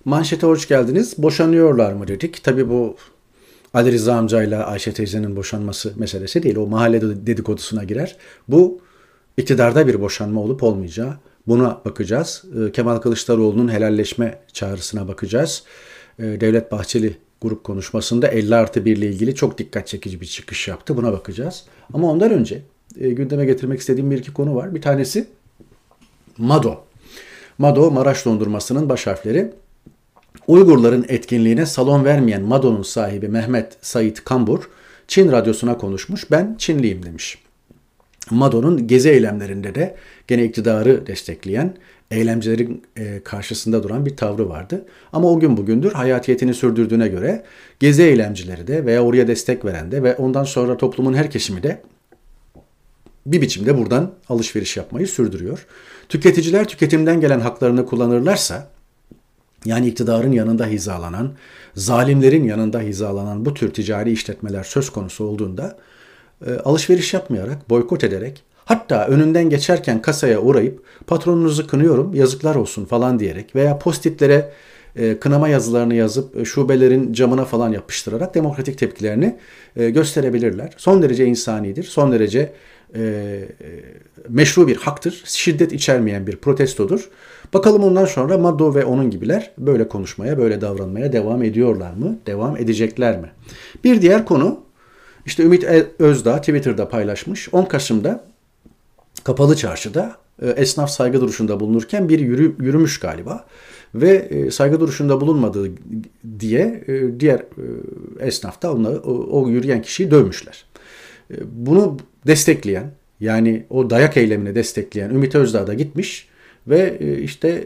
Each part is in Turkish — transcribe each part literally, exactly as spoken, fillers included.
Manşete hoş geldiniz. Boşanıyorlar mı dedik. Tabii bu Ali Rıza amcayla Ayşe teyzenin boşanması meselesi değil. O mahalle dedikodusuna girer. Bu iktidarda bir boşanma olup olmayacağı. Buna bakacağız. Kemal Kılıçdaroğlu'nun helalleşme çağrısına bakacağız. Devlet Bahçeli grup konuşmasında elli artı bir ile ilgili çok dikkat çekici bir çıkış yaptı. Buna bakacağız. Ama ondan önce gündeme getirmek istediğim bir iki konu var. Bir tanesi MADO. MADO, Maraş dondurmasının baş harfleri. Uygurların etkinliğine salon vermeyen MADO'nun sahibi Mehmet Sait Kambur, Çin radyosuna konuşmuş. Ben Çinliyim demiş. MADO'nun gezi eylemlerinde de gene iktidarı destekleyen, eylemcilerin karşısında duran bir tavrı vardı. Ama o gün bugündür hayatiyetini sürdürdüğüne göre gezi eylemcileri de veya oraya destek veren de ve ondan sonra toplumun her kesimi de bir biçimde buradan alışveriş yapmayı sürdürüyor. Tüketiciler tüketimden gelen haklarını kullanırlarsa, yani iktidarın yanında hizalanan, zalimlerin yanında hizalanan bu tür ticari işletmeler söz konusu olduğunda e, alışveriş yapmayarak, boykot ederek, hatta önünden geçerken kasaya uğrayıp patronunuzu kınıyorum, yazıklar olsun falan diyerek veya postitlere e, kınama yazılarını yazıp e, şubelerin camına falan yapıştırarak demokratik tepkilerini e, gösterebilirler. Son derece insanidir, son derece e, meşru bir haktır, şiddet içermeyen bir protestodur. Bakalım ondan sonra MADO ve onun gibiler böyle konuşmaya, böyle davranmaya devam ediyorlar mı? Devam edecekler mi? Bir diğer konu, işte Ümit Özdağ Twitter'da paylaşmış. on Kasım'da Kapalı Çarşı'da esnaf saygı duruşunda bulunurken bir yürü, yürümüş galiba. Ve saygı duruşunda bulunmadığı diye diğer esnaf da onları, o yürüyen kişiyi dövmüşler. Bunu destekleyen, yani o dayak eylemini destekleyen Ümit Özdağ da gitmiş ve işte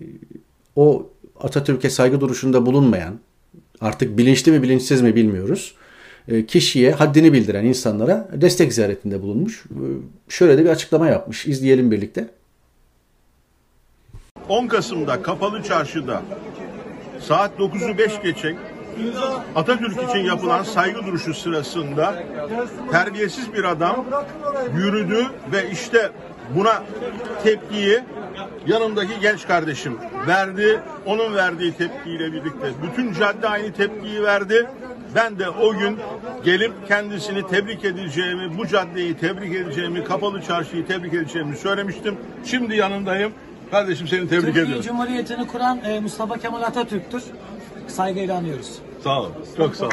o Atatürk'e saygı duruşunda bulunmayan, artık bilinçli mi bilinçsiz mi bilmiyoruz, kişiye haddini bildiren insanlara destek ziyaretinde bulunmuş. Şöyle de bir açıklama yapmış. İzleyelim birlikte. on Kasım'da Kapalı Çarşı'da saat dokuzu beş geçe Atatürk için yapılan saygı duruşu sırasında terbiyesiz bir adam yürüdü ve işte buna tepkiyi yanımdaki genç kardeşim verdi. Onun verdiği tepkiyle birlikte bütün cadde aynı tepkiyi verdi. Ben de o gün gelip kendisini tebrik edeceğimi, bu caddeyi tebrik edeceğimi, Kapalı Çarşı'yı tebrik edeceğimi söylemiştim. Şimdi yanındayım. Kardeşim seni tebrik Türkiye ediyorum. Türkiye Cumhuriyeti'ni kuran e, Mustafa Kemal Atatürk'tür. Saygıyla anıyoruz. Sağ ol. Çok sağ ol.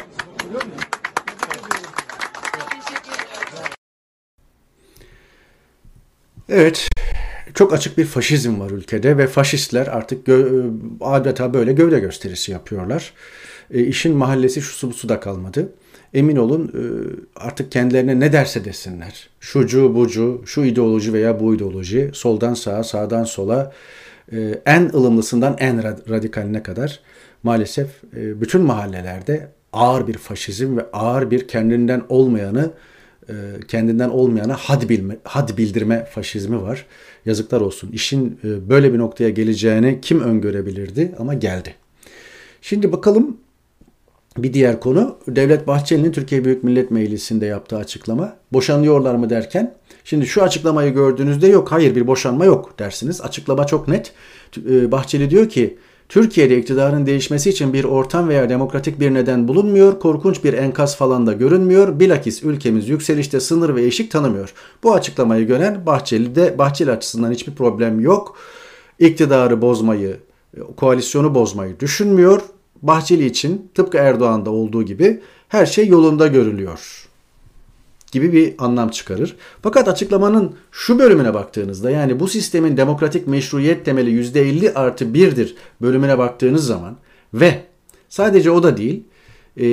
Evet, çok açık bir faşizm var ülkede ve faşistler artık gö- adeta böyle gövde gösterisi yapıyorlar. E, işin mahallesi şusu busu da kalmadı. Emin olun e, artık kendilerine ne derse desinler. Şucu bucu, şu ideoloji veya bu ideoloji, soldan sağa, sağdan sola, e, en ılımlısından en radikaline kadar maalesef e, bütün mahallelerde ağır bir faşizm ve ağır bir kendinden olmayanı kendinden olmayana had, bilme, had bildirme faşizmi var. Yazıklar olsun. İşin böyle bir noktaya geleceğini kim öngörebilirdi ama geldi. Şimdi bakalım bir diğer konu. Devlet Bahçeli'nin Türkiye Büyük Millet Meclisi'nde yaptığı açıklama. Boşanıyorlar mı derken, şimdi şu açıklamayı gördüğünüzde yok, hayır bir boşanma yok dersiniz. Açıklama çok net. Bahçeli diyor ki, Türkiye'de iktidarın değişmesi için bir ortam veya demokratik bir neden bulunmuyor, korkunç bir enkaz falan da görünmüyor. Bilakis ülkemiz yükselişte sınır ve eşik tanımıyor. Bu açıklamayı gören Bahçeli'de, Bahçeli açısından hiçbir problem yok. İktidarı bozmayı, koalisyonu bozmayı düşünmüyor. Bahçeli için tıpkı Erdoğan'da olduğu gibi her şey yolunda görülüyor gibi bir anlam çıkarır. Fakat açıklamanın şu bölümüne baktığınızda, yani bu sistemin demokratik meşruiyet temeli yüzde elli artı birdir bölümüne baktığınız zaman ve sadece o da değil, ee,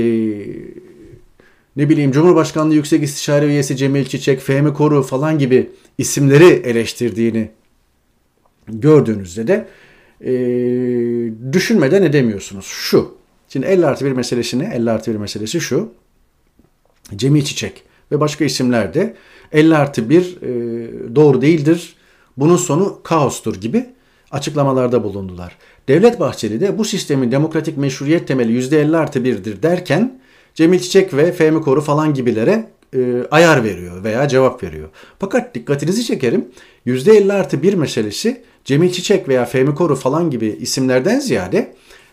ne bileyim Cumhurbaşkanlığı Yüksek İstişare Üyesi Cemil Çiçek, Fehmi Koru falan gibi isimleri eleştirdiğini gördüğünüzde de ee, düşünmeden edemiyorsunuz. Şu, şimdi elli artı bir meselesini, elli artı bir meselesi şu, Cemil Çiçek ve başka isimler de elli artı bir e, doğru değildir, bunun sonu kaostur gibi açıklamalarda bulundular. Devlet Bahçeli de bu sistemin demokratik meşruiyet temeli yüzde elli artı birdir derken Cemil Çiçek ve Fehmi Koru falan gibilere e, ayar veriyor veya cevap veriyor. Fakat dikkatinizi çekerim, yüzde elli artı bir meselesi Cemil Çiçek veya Fehmi Koru falan gibi isimlerden ziyade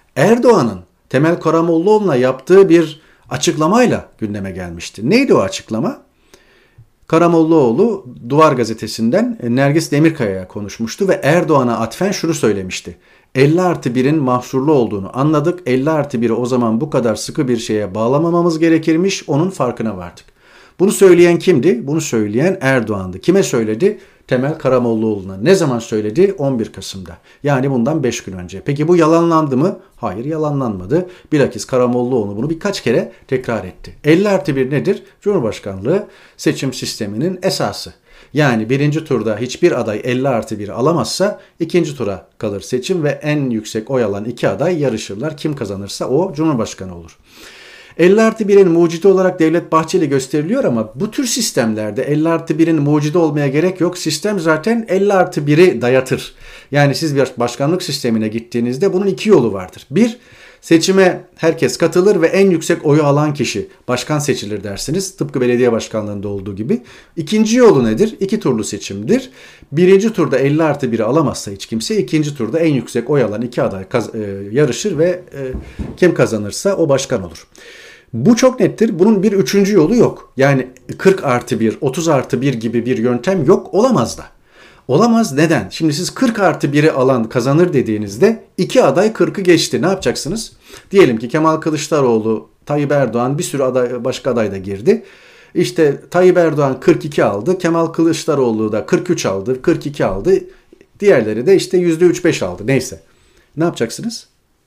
Erdoğan'ın Temel Karamollaoğlu'na yaptığı bir açıklamayla gündeme gelmişti. Neydi o açıklama? Karamollaoğlu Duvar Gazetesi'nden Nergis Demirkaya'ya konuşmuştu ve Erdoğan'a atfen şunu söylemişti. elli artı birin mahsurlu olduğunu anladık. elli artı biri o zaman bu kadar sıkı bir şeye bağlamamamız gerekirmiş. Onun farkına vardık. Bunu söyleyen kimdi? Bunu söyleyen Erdoğan'dı. Kime söyledi? Temel Karamollaoğlu'na. Ne zaman söyledi? on bir Kasım'da. Yani bundan beş gün önce. Peki bu yalanlandı mı? Hayır, yalanlanmadı. Bilakis Karamollaoğlu bunu birkaç kere tekrar etti. elli artı bir nedir? Cumhurbaşkanlığı seçim sisteminin esası. Yani birinci turda hiçbir aday elli artı bir alamazsa ikinci tura kalır seçim ve en yüksek oy alan iki aday yarışırlar. Kim kazanırsa o Cumhurbaşkanı olur. elli artı birin mucidi olarak Devlet Bahçeli gösteriliyor ama bu tür sistemlerde elli artı birin mucidi olmaya gerek yok. Sistem zaten elli artı biri dayatır. Yani siz bir başkanlık sistemine gittiğinizde bunun iki yolu vardır. Bir, seçime herkes katılır ve en yüksek oyu alan kişi başkan seçilir dersiniz. Tıpkı belediye başkanlığında olduğu gibi. İkinci yolu nedir? İki turlu seçimdir. Birinci turda elli artı biri alamazsa hiç kimse, ikinci turda en yüksek oy alan iki aday kaz- e, yarışır ve e, kim kazanırsa o başkan olur. Bu çok nettir. Bunun bir üçüncü yolu yok. Yani kırk artı bir, otuz artı bir gibi bir yöntem yok. Olamaz da. Olamaz. Neden? Şimdi siz kırk artı biri alan kazanır dediğinizde iki aday kırkı geçti. Ne yapacaksınız? Diyelim ki Kemal Kılıçdaroğlu, Tayyip Erdoğan, bir sürü aday, başka aday da girdi. İşte Tayyip Erdoğan kırk iki aldı. Kemal Kılıçdaroğlu da kırk üç aldı. kırk iki aldı. Diğerleri de işte yüzde üç beş aldı. Neyse. Ne yapacaksınız?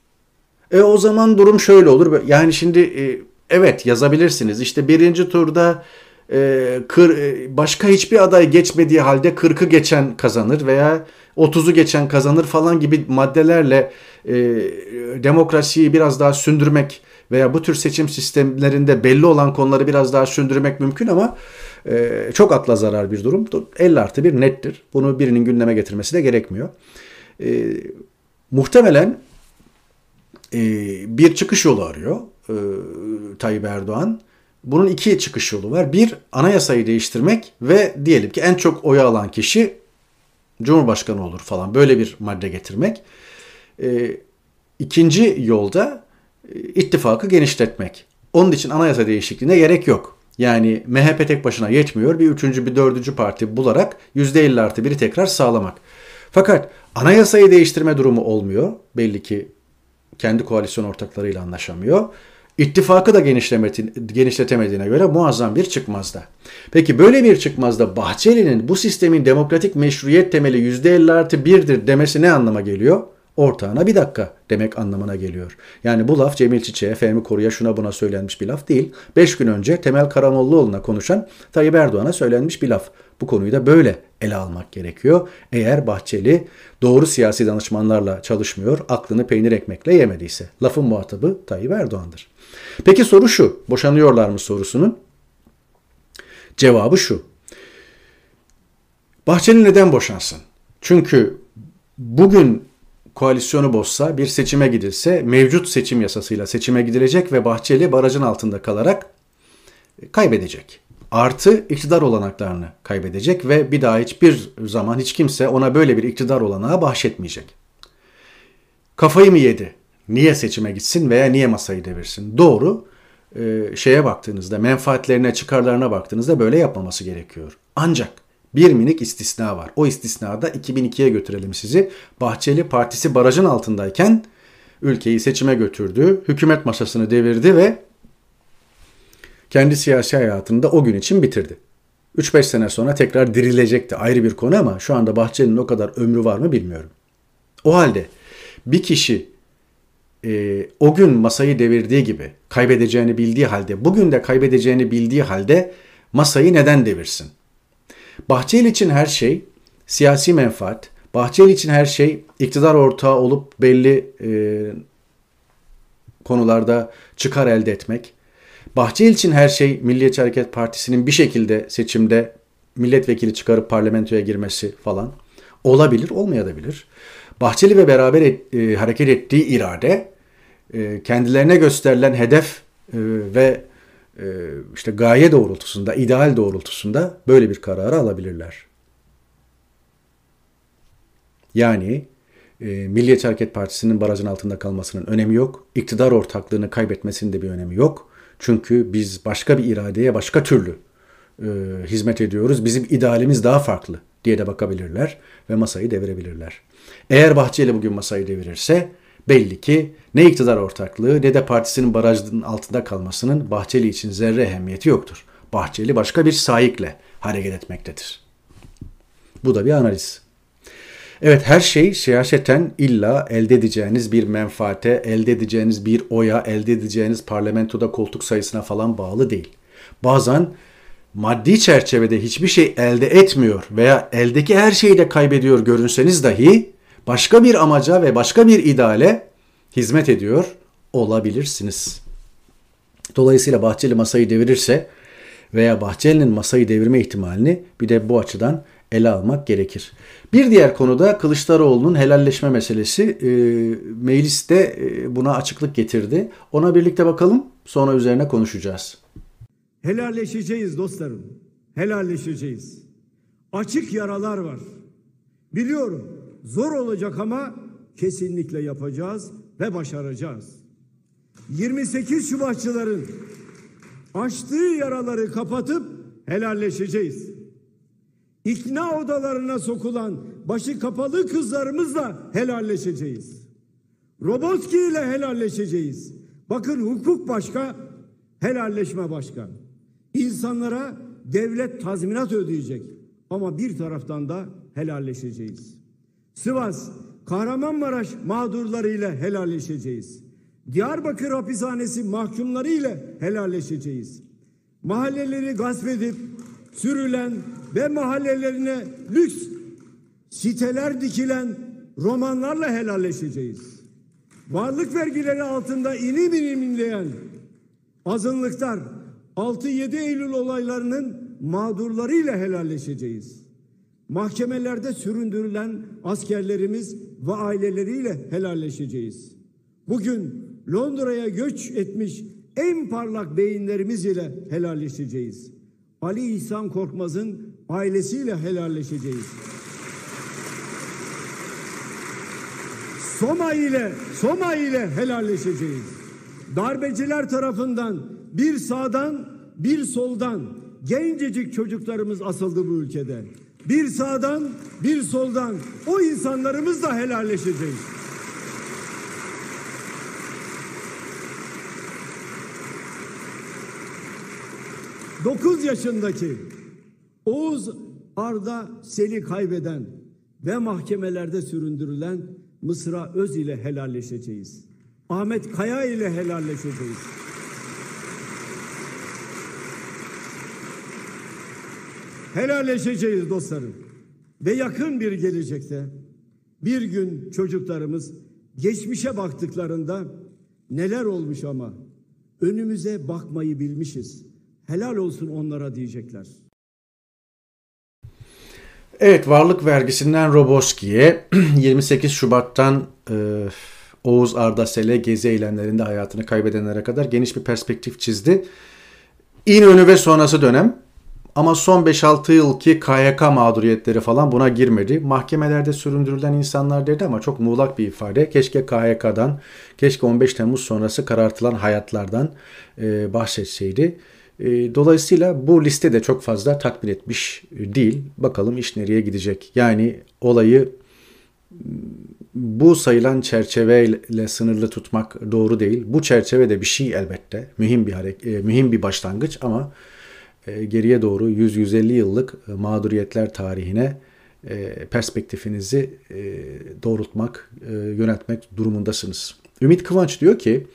E o zaman durum şöyle olur. Yani şimdi e, evet yazabilirsiniz. İşte birinci turda e, kır, e, başka hiçbir aday geçmediği halde kırkı geçen kazanır veya otuzu geçen kazanır falan gibi maddelerle e, demokrasiyi biraz daha sündürmek veya bu tür seçim sistemlerinde belli olan konuları biraz daha sündürmek mümkün ama e, çok akla zarar bir durum. elli artı bir nettir. Bunu birinin gündeme getirmesi de gerekmiyor. E, muhtemelen bir çıkış yolu arıyor e, Tayyip Erdoğan. Bunun iki çıkış yolu var. Bir, anayasayı değiştirmek ve diyelim ki en çok oyu alan kişi Cumhurbaşkanı olur falan. Böyle bir madde getirmek. E, ikinci yolda e, ittifakı genişletmek. Onun için anayasa değişikliğine gerek yok. Yani M H P tek başına yetmiyor. Bir üçüncü, bir dördüncü parti bularak yüzde elli artı biri tekrar sağlamak. Fakat anayasayı değiştirme durumu olmuyor. Belli ki kendi koalisyon ortaklarıyla anlaşamıyor. İttifakı da genişletemediğine göre muazzam bir çıkmazda. Peki böyle bir çıkmazda Bahçeli'nin bu sistemin demokratik meşruiyet temeli yüzde elli artı birdir demesi ne anlama geliyor? Ortağına bir dakika demek anlamına geliyor. Yani bu laf Cemil Çiçek'e, Fehmi Koru'ya şuna buna söylenmiş bir laf değil. Beş gün önce Temel Karamollaoğlu'na konuşan Tayyip Erdoğan'a söylenmiş bir laf. Bu konuyu da böyle ele almak gerekiyor. Eğer Bahçeli doğru siyasi danışmanlarla çalışmıyor, aklını peynir ekmekle yemediyse. Lafın muhatabı Tayyip Erdoğan'dır. Peki soru şu, boşanıyorlar mı sorusunun cevabı şu. Bahçeli neden boşansın? Çünkü bugün koalisyonu bozsa, bir seçime gidilse mevcut seçim yasasıyla seçime gidilecek ve Bahçeli barajın altında kalarak kaybedecek. Artı iktidar olanaklarını kaybedecek ve bir daha hiçbir zaman hiç kimse ona böyle bir iktidar olanağı bahşetmeyecek. Kafayı mı yedi? Niye seçime gitsin veya niye masayı devirsin? Doğru. E, şeye baktığınızda, menfaatlerine, çıkarlarına baktığınızda böyle yapmaması gerekiyor. Ancak bir minik istisna var. O istisnada iki bin ikiye götürelim sizi. Bahçeli partisi barajın altındayken ülkeyi seçime götürdü, hükümet masasını devirdi ve kendi siyasi hayatını da o gün için bitirdi. üç beş sene sonra tekrar dirilecekti, ayrı bir konu ama şu anda Bahçeli'nin o kadar ömrü var mı bilmiyorum. O halde bir kişi e, o gün masayı devirdiği gibi kaybedeceğini bildiği halde, bugün de kaybedeceğini bildiği halde masayı neden devirsin? Bahçeli için her şey siyasi menfaat, Bahçeli için her şey iktidar ortağı olup belli e, konularda çıkar elde etmek. Bahçeli için her şey Milliyetçi Hareket Partisi'nin bir şekilde seçimde milletvekili çıkarıp parlamentoya girmesi falan olabilir, olmayabilir. Bahçeli ve beraber et, e, hareket ettiği irade e, kendilerine gösterilen hedef e, ve e, işte gaye doğrultusunda, ideal doğrultusunda böyle bir kararı alabilirler. Yani E, Milliyetçi Hareket Partisi'nin barajın altında kalmasının önemi yok. İktidar ortaklığını kaybetmesinin de bir önemi yok. Çünkü biz başka bir iradeye başka türlü e, hizmet ediyoruz. Bizim idealimiz daha farklı diye de bakabilirler ve masayı devirebilirler. Eğer Bahçeli bugün masayı devirirse belli ki ne iktidar ortaklığı ne de partisinin barajın altında kalmasının Bahçeli için zerre ehemmiyeti yoktur. Bahçeli başka bir sahikle hareket etmektedir. Bu da bir analiz. Evet, her şey siyaseten illa elde edeceğiniz bir menfaate, elde edeceğiniz bir oya, elde edeceğiniz parlamentoda koltuk sayısına falan bağlı değil. Bazen maddi çerçevede hiçbir şey elde etmiyor veya eldeki her şeyi de kaybediyor görünseniz dahi başka bir amaca ve başka bir ideale hizmet ediyor olabilirsiniz. Dolayısıyla Bahçeli masayı devirirse veya Bahçeli'nin masayı devirme ihtimalini bir de bu açıdan ele almak gerekir. Bir diğer konuda Kılıçdaroğlu'nun helalleşme meselesi. E, mecliste e, buna açıklık getirdi. Ona birlikte bakalım, sonra üzerine konuşacağız. Helalleşeceğiz dostlarım. Helalleşeceğiz. Açık yaralar var. Biliyorum zor olacak ama kesinlikle yapacağız ve başaracağız. yirmi sekiz Şubatçıların açtığı yaraları kapatıp helalleşeceğiz. İkna odalarına sokulan başı kapalı kızlarımızla helalleşeceğiz. Roboski ile helalleşeceğiz. Bakın hukuk başka, helalleşme başka. İnsanlara devlet tazminat ödeyecek ama bir taraftan da helalleşeceğiz. Sivas, Kahramanmaraş mağdurlarıyla helalleşeceğiz. Diyarbakır hapishanesi mahkumlarıyla helalleşeceğiz. Mahalleleri gasp edip sürülen ve mahallelerine lüks siteler dikilen romanlarla helalleşeceğiz. Varlık vergileri altında inim inim inleyen azınlıklar altı yedi Eylül olaylarının mağdurlarıyla helalleşeceğiz. Mahkemelerde süründürülen askerlerimiz ve aileleriyle helalleşeceğiz. Bugün Londra'ya göç etmiş en parlak beyinlerimiz ile helalleşeceğiz. Ali İhsan Korkmaz'ın ailesiyle helalleşeceğiz. Soma ile Soma ile helalleşeceğiz. Darbeciler tarafından bir sağdan bir soldan gencecik çocuklarımız asıldı bu ülkede. Bir sağdan bir soldan o insanlarımızla helalleşeceğiz. dokuz yaşındaki Oğuz Arda Sel'i kaybeden ve mahkemelerde süründürülen Mısra Öz ile helalleşeceğiz. Ahmet Kaya ile helalleşeceğiz. Helalleşeceğiz dostlarım. Ve yakın bir gelecekte bir gün çocuklarımız geçmişe baktıklarında neler olmuş ama önümüze bakmayı bilmişiz. Helal olsun onlara diyecekler. Evet, varlık vergisinden Roboski'ye, yirmi sekiz Şubat'tan e, Oğuz Arda Sel'e gezi eylemlerinde hayatını kaybedenlere kadar geniş bir perspektif çizdi. İnönü ve sonrası dönem, ama son beş altı yılki K Y K mağduriyetleri falan buna girmedi. Mahkemelerde süründürülen insanlar dedi ama çok muğlak bir ifade. Keşke K Y K'dan, keşke on beş Temmuz sonrası karartılan hayatlardan e, bahsetseydi. Dolayısıyla bu liste de çok fazla tatmin etmiş değil. Bakalım iş nereye gidecek? Yani olayı bu sayılan çerçeveyle sınırlı tutmak doğru değil. Bu çerçeve de bir şey elbette. Mühim bir hareket, mühim bir başlangıç ama geriye doğru yüz yüz elli yıllık mağduriyetler tarihine perspektifinizi doğrultmak, yöneltmek durumundasınız. Ümit Kıvanç diyor ki,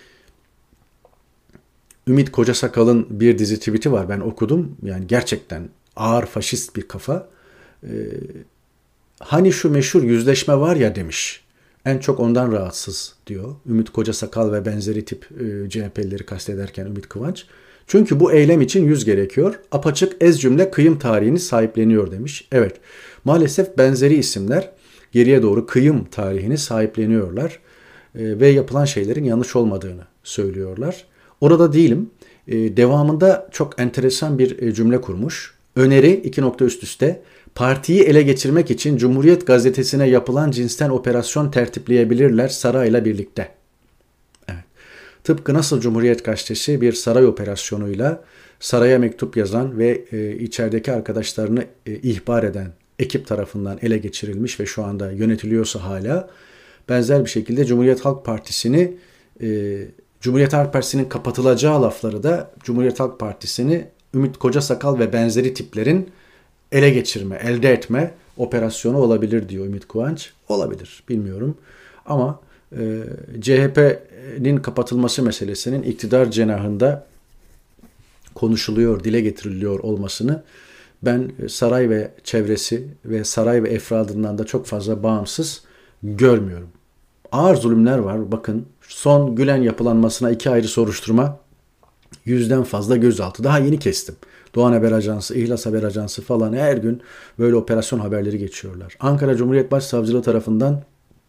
Ümit Kocasakal'ın bir dizi tweet'i var, ben okudum. Yani gerçekten ağır faşist bir kafa. Ee, hani şu meşhur yüzleşme var ya demiş. En çok ondan rahatsız diyor. Ümit Kocasakal ve benzeri tip e, C H P'lileri kastederken Ümit Kıvanç. Çünkü bu eylem için yüz gerekiyor. Apaçık ez cümle kıyım tarihini sahipleniyor demiş. Evet, maalesef benzeri isimler geriye doğru kıyım tarihini sahipleniyorlar. E, ve yapılan şeylerin yanlış olmadığını söylüyorlar. Orada değilim. Ee, devamında çok enteresan bir cümle kurmuş. Öneri iki nokta üst üste Partiyi ele geçirmek için Cumhuriyet Gazetesi'ne yapılan cinsten operasyon tertipleyebilirler sarayla birlikte. Evet. Tıpkı nasıl Cumhuriyet Gazetesi bir saray operasyonuyla saraya mektup yazan ve e, içerideki arkadaşlarını e, ihbar eden ekip tarafından ele geçirilmiş ve şu anda yönetiliyorsa hala, benzer bir şekilde Cumhuriyet Halk Partisi'ni e, Cumhuriyet Halk Partisi'nin kapatılacağı lafları da Cumhuriyet Halk Partisi'ni Ümit Kocasakal ve benzeri tiplerin ele geçirme, elde etme operasyonu olabilir diyor Ümit Kıvanç. Olabilir, bilmiyorum. Ama e, C H P'nin kapatılması meselesinin iktidar cenahında konuşuluyor, dile getiriliyor olmasını ben saray ve çevresi ve saray ve efradından da çok fazla bağımsız görmüyorum. Ağır zulümler var. Bakın, son Gülen yapılanmasına iki ayrı soruşturma, yüzden fazla gözaltı. Daha yeni kestim. Doğan Haber Ajansı, İhlas Haber Ajansı falan her gün böyle operasyon haberleri geçiyorlar. Ankara Cumhuriyet Başsavcılığı tarafından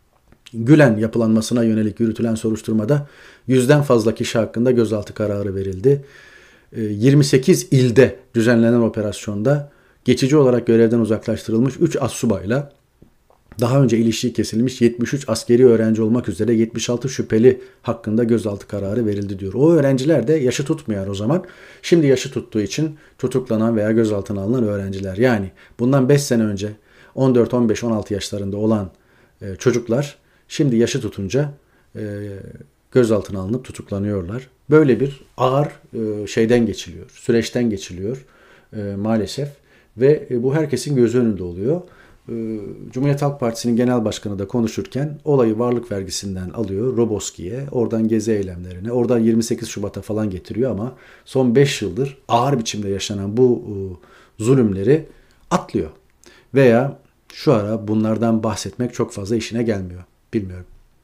Gülen yapılanmasına yönelik yürütülen soruşturmada yüzden fazla kişi hakkında gözaltı kararı verildi. yirmi sekiz ilde düzenlenen operasyonda geçici olarak görevden uzaklaştırılmış üç astsubayla daha önce ilişiği kesilmiş yetmiş üç askeri öğrenci olmak üzere yetmiş altı şüpheli hakkında gözaltı kararı verildi diyor. O öğrenciler de yaşı tutmuyor o zaman. Şimdi yaşı tuttuğu için tutuklanan veya gözaltına alınan öğrenciler. Yani bundan beş sene önce on dört on beş on altı yaşlarında olan e, çocuklar şimdi yaşı tutunca e, gözaltına alınıp tutuklanıyorlar. Böyle bir ağır e, şeyden geçiliyor, süreçten geçiliyor e, maalesef ve e, bu herkesin göz önünde oluyor. Cumhuriyet Halk Partisi'nin genel başkanı da konuşurken olayı varlık vergisinden alıyor Roboski'ye, oradan gezi eylemlerine, oradan yirmi sekiz Şubat'a falan getiriyor ama son beş yıldır ağır biçimde yaşanan bu zulümleri atlıyor. Veya şu ara bunlardan bahsetmek çok fazla işine gelmiyor. Bilmiyorum.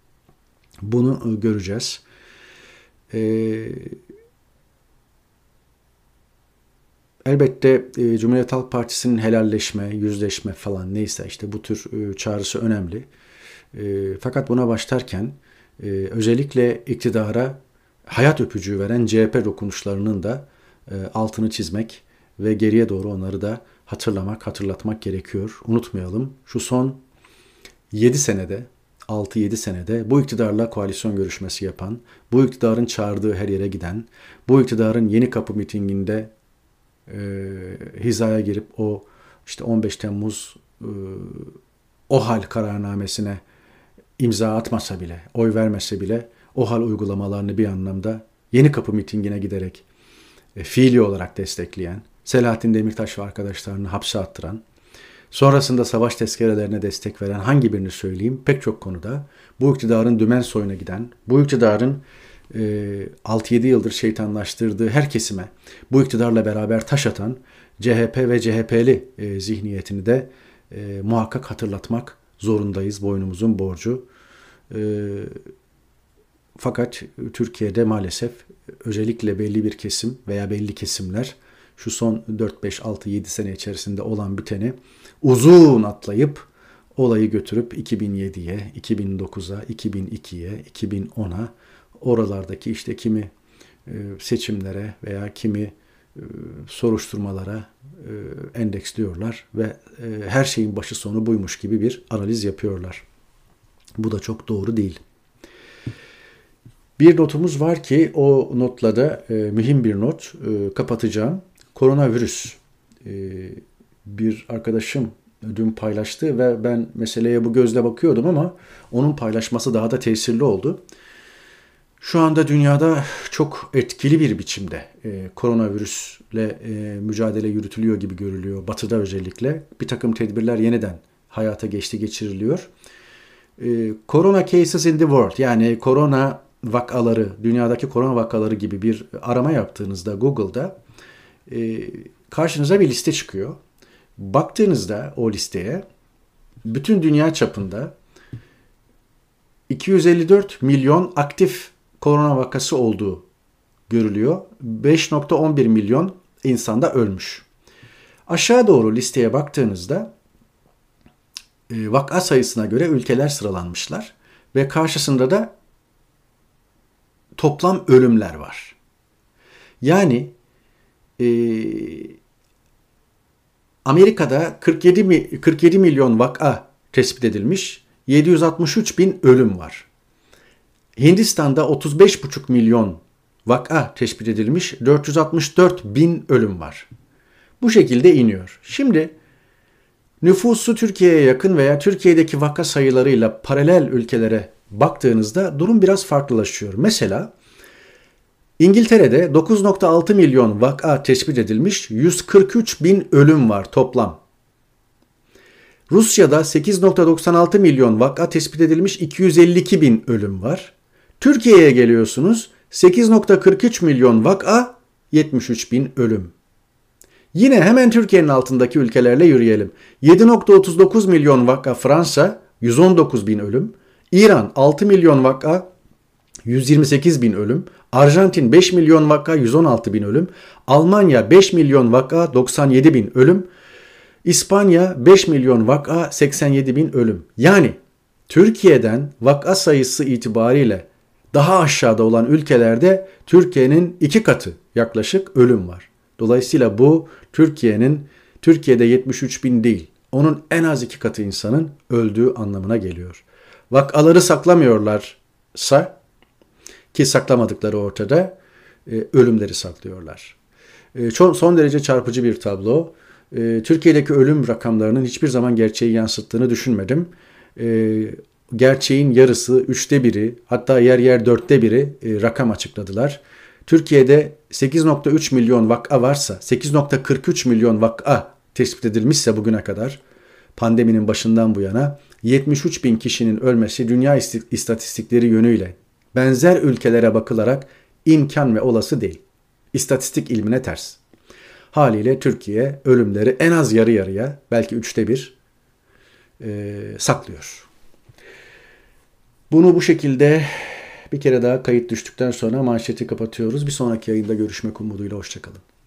Bunu göreceğiz. Eee Elbette e, Cumhuriyet Halk Partisi'nin helalleşme, yüzleşme falan neyse işte bu tür e, çağrısı önemli. E, fakat buna başlarken e, özellikle iktidara hayat öpücüğü veren C H P dokunuşlarının da e, altını çizmek ve geriye doğru onları da hatırlamak, hatırlatmak gerekiyor. Unutmayalım, şu son yedi senede, altı yedi senede bu iktidarla koalisyon görüşmesi yapan, bu iktidarın çağırdığı her yere giden, bu iktidarın Yeni Kapı mitinginde E, hizaya girip o işte on beş Temmuz e, OHAL kararnamesine imza atmasa bile, oy vermese bile OHAL uygulamalarını bir anlamda Yeni Kapı mitingine giderek e, fiili olarak destekleyen, Selahattin Demirtaş ve arkadaşlarını hapse attıran, sonrasında savaş tezkerelerine destek veren, hangi birini söyleyeyim, pek çok konuda bu iktidarın dümen soyuna giden, bu iktidarın altı yedi yıldır şeytanlaştırdığı her kesime bu iktidarla beraber taş atan C H P ve C H P'li e, zihniyetini de e, muhakkak hatırlatmak zorundayız. Boynumuzun borcu. E, fakat Türkiye'de maalesef özellikle belli bir kesim veya belli kesimler şu son dört beş altı yedi sene içerisinde olan biteni uzun atlayıp olayı götürüp iki bin yediye, iki bin dokuza, iki bin ikiye, iki bin ona, oralardaki işte kimi seçimlere veya kimi soruşturmalara endeksliyorlar ve her şeyin başı sonu buymuş gibi bir analiz yapıyorlar. Bu da çok doğru değil. Bir notumuz var ki o notla da mühim bir not kapatacağım. Koronavirüs. Bir arkadaşım dün paylaştı ve ben meseleye bu gözle bakıyordum ama onun paylaşması daha da tesirli oldu. Şu anda dünyada çok etkili bir biçimde e, koronavirüsle e, mücadele yürütülüyor gibi görülüyor. Batı'da özellikle bir takım tedbirler yeniden hayata geçti, geçiriliyor. E, Corona cases in the world, yani korona vakaları, dünyadaki korona vakaları gibi bir arama yaptığınızda Google'da e, karşınıza bir liste çıkıyor. Baktığınızda o listeye bütün dünya çapında iki yüz elli dört milyon aktif korona vakası olduğu görülüyor. beş virgül on bir milyon insanda ölmüş. Aşağı doğru listeye baktığınızda vaka sayısına göre ülkeler sıralanmışlar ve karşısında da toplam ölümler var. Yani Amerika'da kırk yedi, mi- kırk yedi milyon vaka tespit edilmiş, yedi yüz altmış üç bin ölüm var. Hindistan'da otuz beş buçuk milyon vaka tespit edilmiş, dört yüz altmış dört bin ölüm var. Bu şekilde iniyor. Şimdi nüfusu Türkiye'ye yakın veya Türkiye'deki vaka sayılarıyla paralel ülkelere baktığınızda durum biraz farklılaşıyor. Mesela İngiltere'de dokuz nokta altı milyon vaka tespit edilmiş, yüz kırk üç bin ölüm var toplam. Rusya'da sekiz nokta doksan altı milyon vaka tespit edilmiş, iki yüz elli iki bin ölüm var. Türkiye'ye geliyorsunuz, sekiz nokta kırk üç milyon vaka, yetmiş üç bin ölüm. Yine hemen Türkiye'nin altındaki ülkelerle yürüyelim. yedi nokta otuz dokuz milyon vaka Fransa, yüz on dokuz bin ölüm. İran altı milyon vaka, yüz yirmi sekiz bin ölüm. Arjantin beş milyon vaka, yüz on altı bin ölüm. Almanya beş milyon vaka, doksan yedi bin ölüm. İspanya beş milyon vaka, seksen yedi bin ölüm. Yani Türkiye'den vaka sayısı itibariyle daha aşağıda olan ülkelerde Türkiye'nin iki katı yaklaşık ölüm var. Dolayısıyla bu Türkiye'nin Türkiye'de yetmiş üç bin değil, onun en az iki katı insanın öldüğü anlamına geliyor. Vakaları saklamıyorlarsa, ki saklamadıkları ortada, e, ölümleri saklıyorlar. E, çok, son derece çarpıcı bir tablo. E, Türkiye'deki ölüm rakamlarının hiçbir zaman gerçeği yansıttığını düşünmedim. E, gerçeğin yarısı, üçte biri, hatta yer yer dörtte biri e, rakam açıkladılar. Türkiye'de sekiz nokta üç milyon vaka varsa, sekiz nokta kırk üç milyon vaka tespit edilmişse bugüne kadar, pandeminin başından bu yana, yetmiş üç bin kişinin ölmesi dünya istatistikleri yönüyle benzer ülkelere bakılarak imkan ve olası değil. İstatistik ilmine ters. Haliyle Türkiye ölümleri en az yarı yarıya, belki üçte bir e, saklıyor. Bunu bu şekilde bir kere daha kayıt düştükten sonra manşeti kapatıyoruz. Bir sonraki yayında görüşmek umuduyla. Hoşça kalın.